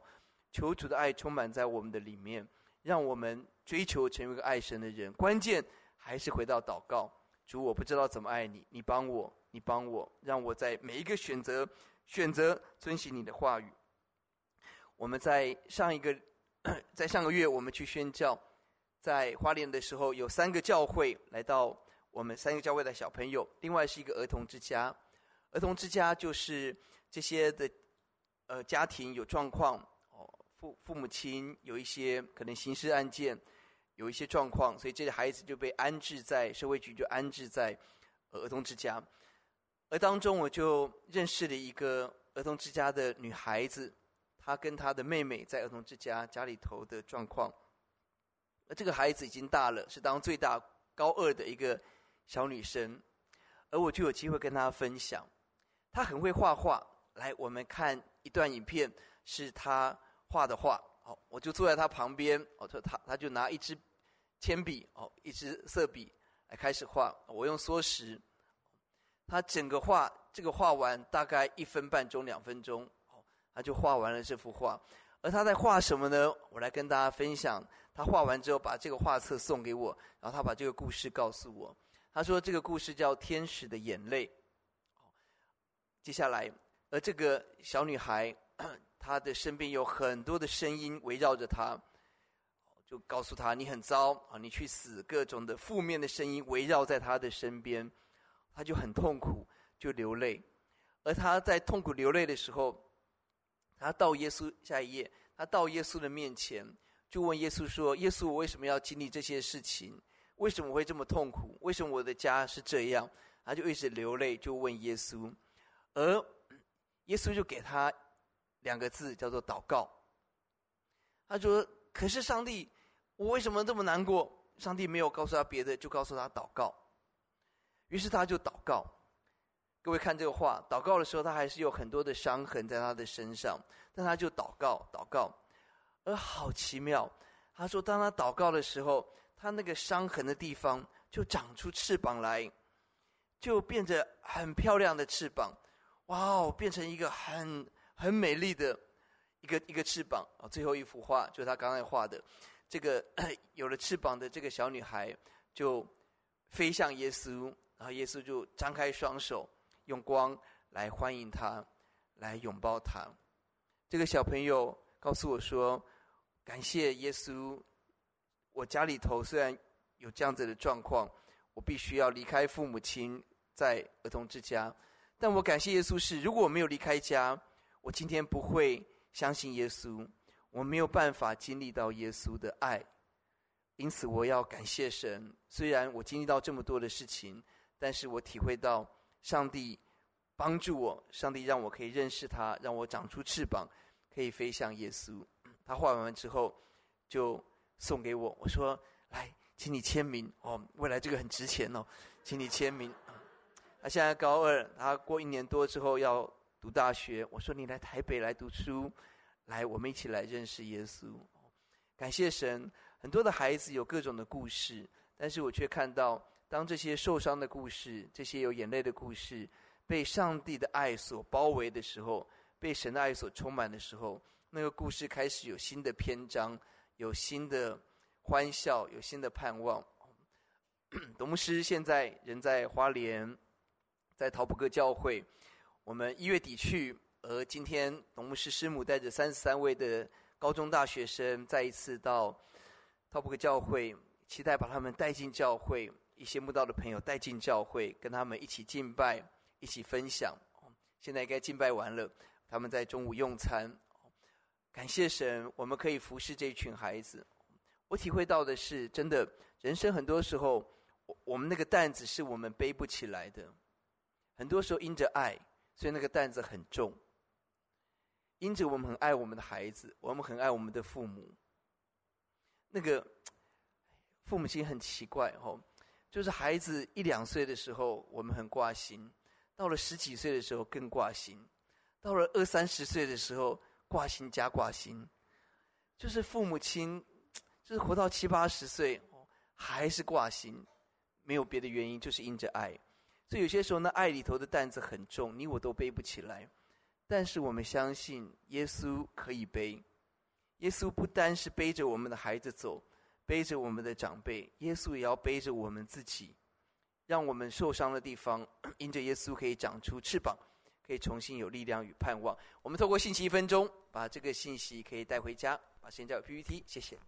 求主的爱充满在我们的里面，让我们追求成为一个爱神的人。关键还是回到祷告，主，我不知道怎么爱你，你帮我，你帮我，让我在每一个选择遵行你的话语。我们在上个月我们去宣教，在花莲的时候有3个教会来到，我们3个教会的小朋友，另外是一个儿童之家。儿童之家就是这些的家庭有状况，父母亲有一些可能刑事案件，有一些状况，所以这些孩子就被安置在社会局，就安置在儿童之家。而当中我就认识了一个儿童之家的女孩子，她跟她的妹妹在儿童之家家里头的状况。而这个孩子已经大了，是当最大高2的一个小女生，而我就有机会跟她分享，她很会画画。来，我们看一段影片，是她画的画。我就坐在她旁边，她就拿一支铅笔，一支色笔来开始画，我用缩时。她整个这个画完大概1分半钟2分钟，她就画完了这幅画。而她在画什么呢？我来跟大家分享。她画完之后把这个画册送给我，然后她把这个故事告诉我。她说这个故事叫《天使的眼泪》。接下来，而这个小女孩她的身边有很多的声音围绕着她，就告诉她你很糟，你去死，各种的负面的声音围绕在她的身边。她就很痛苦，就流泪。而她在痛苦流泪的时候，她到耶稣，下一页，她到耶稣的面前，就问耶稣说，耶稣，我为什么要经历这些事情？为什么我会这么痛苦？为什么我的家是这样？她就一直流泪，就问耶稣。而耶稣就给她2个字，叫做祷告。她说，可是上帝，我为什么这么难过？上帝没有告诉她别的，就告诉她祷告。于是她就祷告。各位看这个画，祷告的时候她还是有很多的伤痕在她的身上，但她就祷告。而好奇妙，她说当她祷告的时候，她那个伤痕的地方就长出翅膀来，就变得很漂亮的翅膀。哇哦，变成一个很美丽的一个翅膀。最后一幅画就是她刚才画的这个有了翅膀的这个小女孩，就飞向耶稣，然后耶稣就张开双手，用光来欢迎她，来拥抱她。这个小朋友告诉我说，感谢耶稣，我家里头虽然有这样子的状况，我必须要离开父母亲，在儿童之家，但我感谢耶稣是，如果我没有离开家，我今天不会相信耶稣，我没有办法经历到耶稣的爱。因此我要感谢神，虽然我经历到这么多的事情，但是我体会到上帝帮助我，上帝让我可以认识他，让我长出翅膀，可以飞向耶稣。他画完之后就送给我，我说来，请你签名未来这个很值钱请你签名。他现在高2，他过1年多之后要读大学。我说你来台北来读书，来我们一起来认识耶稣。感谢神，很多的孩子有各种的故事，但是我却看到，当这些受伤的故事，这些有眼泪的故事，被上帝的爱所包围的时候，被神的爱所充满的时候，那个故事开始有新的篇章，有新的欢笑，有新的盼望。董牧师现在人在花莲，在桃埔哥教会。我们1月底去，而今天董牧师师母带着33位的高中大学生再一次到桃埔哥教会，期待把他们带进教会，一些慕道的朋友带进教会，跟他们一起敬拜，一起分享。现在应该敬拜完了，他们在中午用餐。感谢神，我们可以服侍这群孩子。我体会到的是，真的人生很多时候，我们那个担子是我们背不起来的。很多时候因着爱，所以那个担子很重。因着我们很爱我们的孩子，我们很爱我们的父母。那个父母亲很奇怪就是孩子1、2岁的时候，我们很挂心；到了10几岁的时候更挂心；到了20、30岁的时候，挂心加挂心。就是父母亲，就是活到70、80岁还是挂心，没有别的原因，就是因着爱。所以有些时候那爱里头的担子很重，你我都背不起来。但是我们相信耶稣可以背， 耶稣不单是背着我们的孩子走，背着我们的长辈，耶稣也要背着我们自己，让我们受伤的地方因着耶稣可以长出翅膀，可以重新有力量与盼望。我们透过信息1分钟，把这个信息可以带回家，把时间交给 PPT， 谢谢。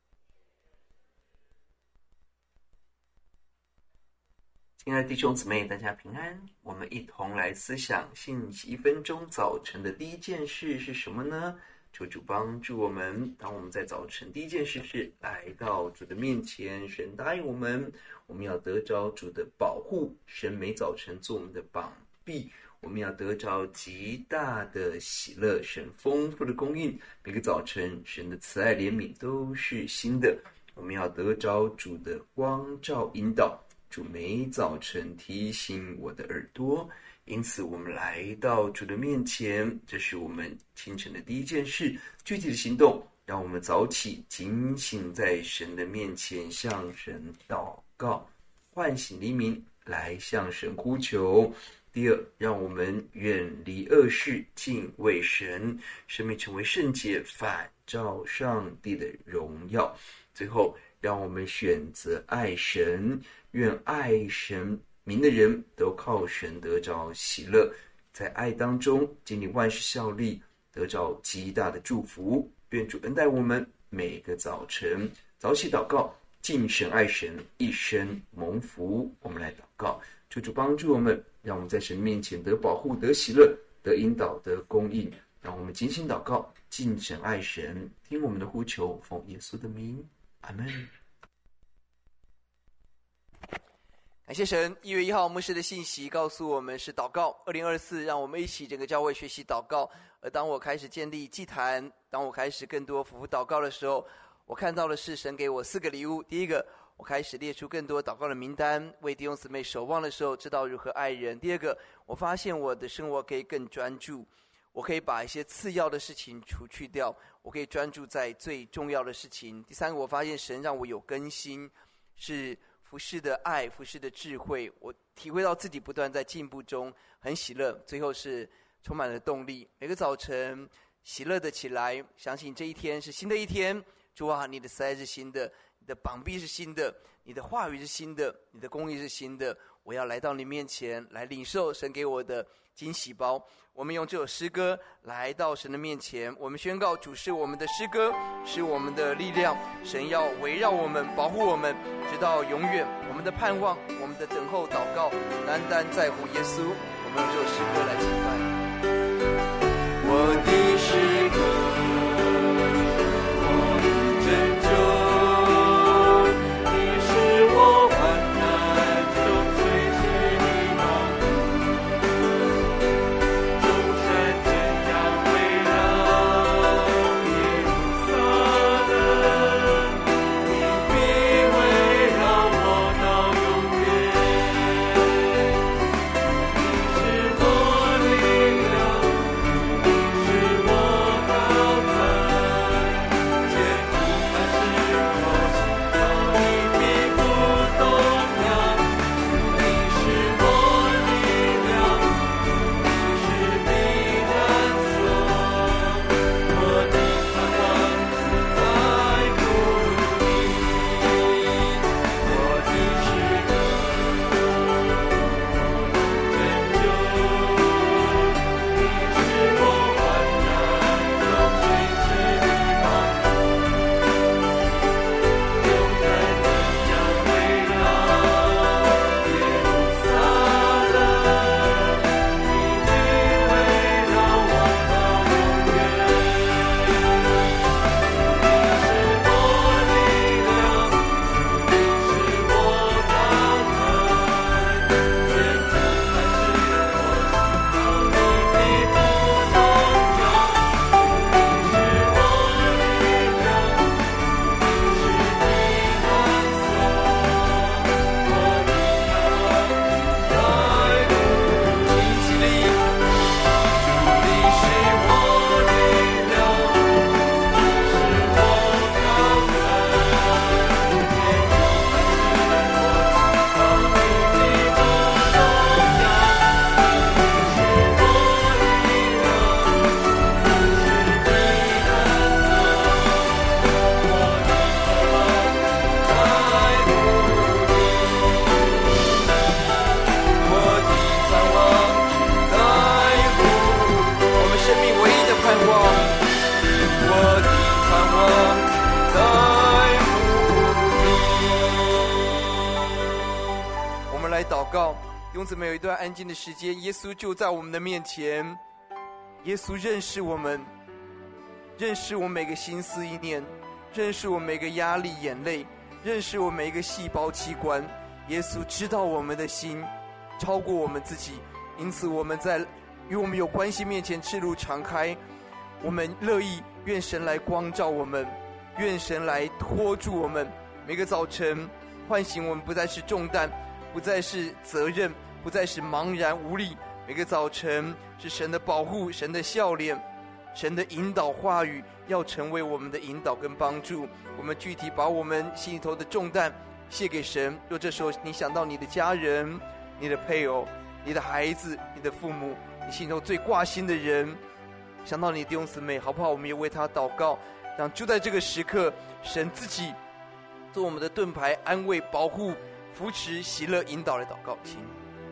亲爱的弟兄姊妹，大家平安。我们一同来思想信息1分钟早晨的第一件事是什么呢？求主帮助我们，当我们在早晨第一件事是来到主的面前，神答应我们要得着主的保护，神每早晨做我们的膀臂，我们要得着极大的喜乐，神丰富的供应，每个早晨神的慈爱怜悯都是新的，我们要得着主的光照引导，主每早晨提醒我的耳朵。因此我们来到主的面前，这是我们清晨的第一件事。具体的行动，让我们早起警醒在神的面前，向神祷告，唤醒黎明，来向神呼求。第二，让我们远离恶事，敬畏神，生命成为圣洁，反照上帝的荣耀。最后，让我们选择爱神，愿爱神名的人都靠神得着喜乐，在爱当中经历万事效力，得着极大的祝福。愿主恩待我们每个早晨，早起祷告，敬神爱神，一生蒙福。我们来祷告，求主帮助我们，让我们在神面前得保护，得喜乐，得引导，得供应。让我们精心祷告，敬神爱神，听我们的呼求，奉耶稣的名，阿们。
感谢神，1月1号牧师的信息告诉我们是祷告2024，让我们一起整个教会学习祷告。而当我开始建立祭坛，当我开始更多夫妇祷告的时候，我看到的是神给我4个礼物。第一个，我开始列出更多祷告的名单，为弟兄姊妹守望的时候知道如何爱人。第二个，我发现我的生活可以更专注，我可以把一些次要的事情除去掉，我可以专注在最重要的事情。第三个，我发现神让我有更新，是服事的爱，服事的智慧，我体会到自己不断在进步中，很喜乐。最后是充满了动力，每个早晨喜乐的起来，相信这一天是新的一天。主啊，你的慈爱是新的，你的膀臂是新的，你的话语是新的，你的公义是新的。我要来到你面前，来领受神给我的惊喜包。我们用这首诗歌来到神的面前，我们宣告主是我们的诗歌，是我们的力量。神要围绕我们，保护我们，直到永远。我们的盼望，我们的等候祷告，单单在乎耶稣。我们用这首诗歌来敬拜。我的诗歌，我的拯救，你是我患难中随时的帮助。众山怎样围绕耶路撒冷，你必围绕我到永远。你是我力量，你是我来祷告。弟兄姊妹，有一段安静的时间，耶稣就在我们的面前。耶稣认识我们，认识我每个心思意念，认识我每个压力眼泪，认识我每一个细胞器官。耶稣知道我们的心超过我们自己，因此我们在与我们有关系面前赤露敞开，我们乐意愿神来光照我们，愿神来托住我们。每个早晨唤醒我们，不再是重担，不再是责任，不再是茫然无力。每个早晨是神的保护，神的笑脸，神的引导话语要成为我们的引导跟帮助。我们具体把我们心里头的重担卸给神。若这时候你想到你的家人、你的配偶、你的孩子、你的父母，你心头最挂心的人，想到你的弟兄姊妹，好不好？我们也为他祷告，让就在这个时刻，神自己做我们的盾牌，安慰、保护、扶持、喜乐、引导来祷告。请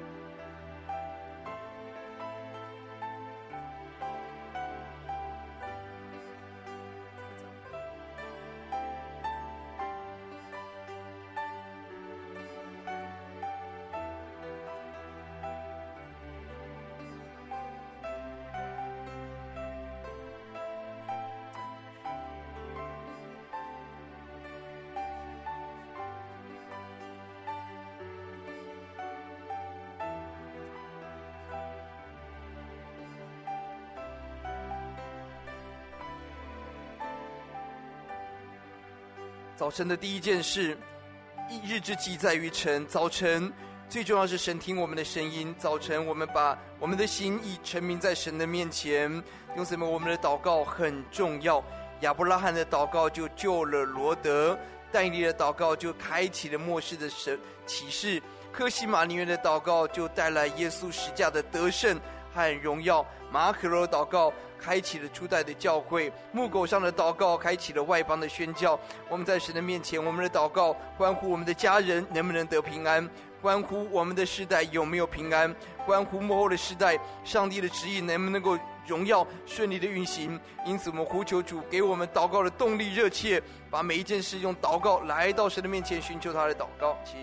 早晨的第一件事，一日之计在于晨。早晨最重要是神听我们的声音。早晨我们把我们的心意陈明在神的面前。弟兄姊妹，我们的祷告很重要。亚伯拉罕的祷告就救了罗德，但以理的祷告就开启了末世的神启示，科西玛尼园的祷告就带来耶稣十架的得胜和荣耀，马可罗的祷告开启了初代的教会，木狗上的祷告开启了外邦的宣教。我们在神的面前，我们的祷告关乎我们的家人能不能得平安，关乎我们的世代有没有平安，关乎末后的世代上帝的旨意能不能够荣耀顺利的运行。因此我们呼求主给我们祷告的动力热切，把每一件事用祷告来到神的面前，寻求他的祷告。请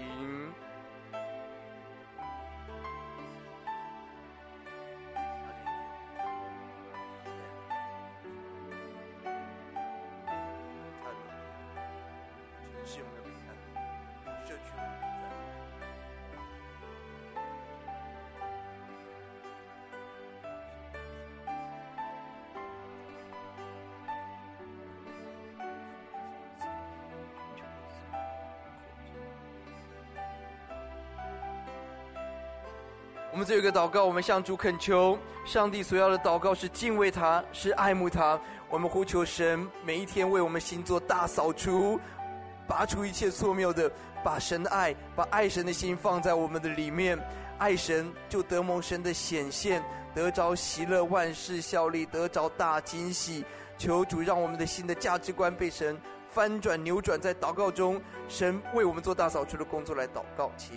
我们这有一个祷告，我们向主恳求，上帝所要的祷告是敬畏他，是爱慕他。我们呼求神每一天为我们心做大扫除，拔除一切错谬的，把神的爱，把爱神的心放在我们的里面。爱神就得蒙神的显现，得着喜乐，万事效力，得着大惊喜。求主让我们的心的价值观被神翻转扭转，在祷告中神为我们做大扫除的工作来祷告。请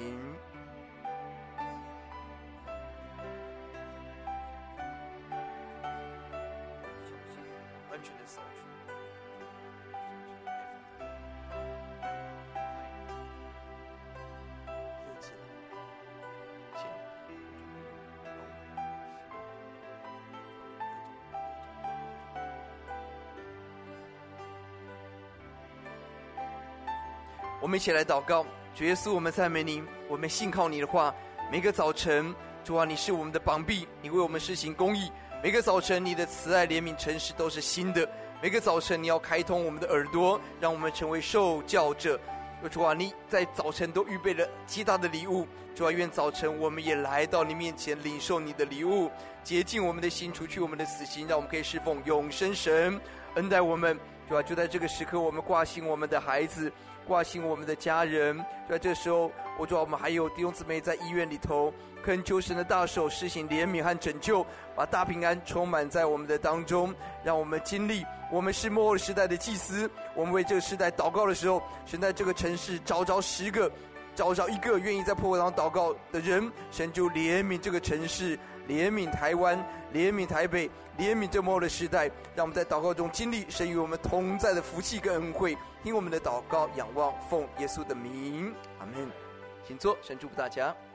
我们一起来祷告。主耶稣，我们赞美你，我们信靠你的话。每个早晨，主啊，你是我们的膀臂，你为我们施行公义。每个早晨，你的慈爱、怜悯、诚实都是新的。每个早晨，你要开通我们的耳朵，让我们成为受教者。主啊，你在早晨都预备了极大的礼物。主啊，愿早晨我们也来到你面前，领受你的礼物，洁净我们的心，除去我们的死心，让我们可以侍奉永生神，恩待我们。主啊，就在这个时刻，我们挂心我们的孩子，挂心我们的家人。就在这时候，主啊，我们还有弟兄姊妹在医院里头，恳求神的大手施行怜悯和拯救，把大平安充满在我们的当中，让我们经历我们是末后时代的祭司。我们为这个时代祷告的时候，神在这个城市找着10个，找着1个愿意在破口堂祷告的人，神就怜悯这个城市，怜悯台湾，怜悯台北，怜悯这末后的时代。让我们在祷告中经历神与我们同在的福气跟恩惠。听我们的祷告，仰望奉耶稣的名，阿们。请坐，神祝福大家。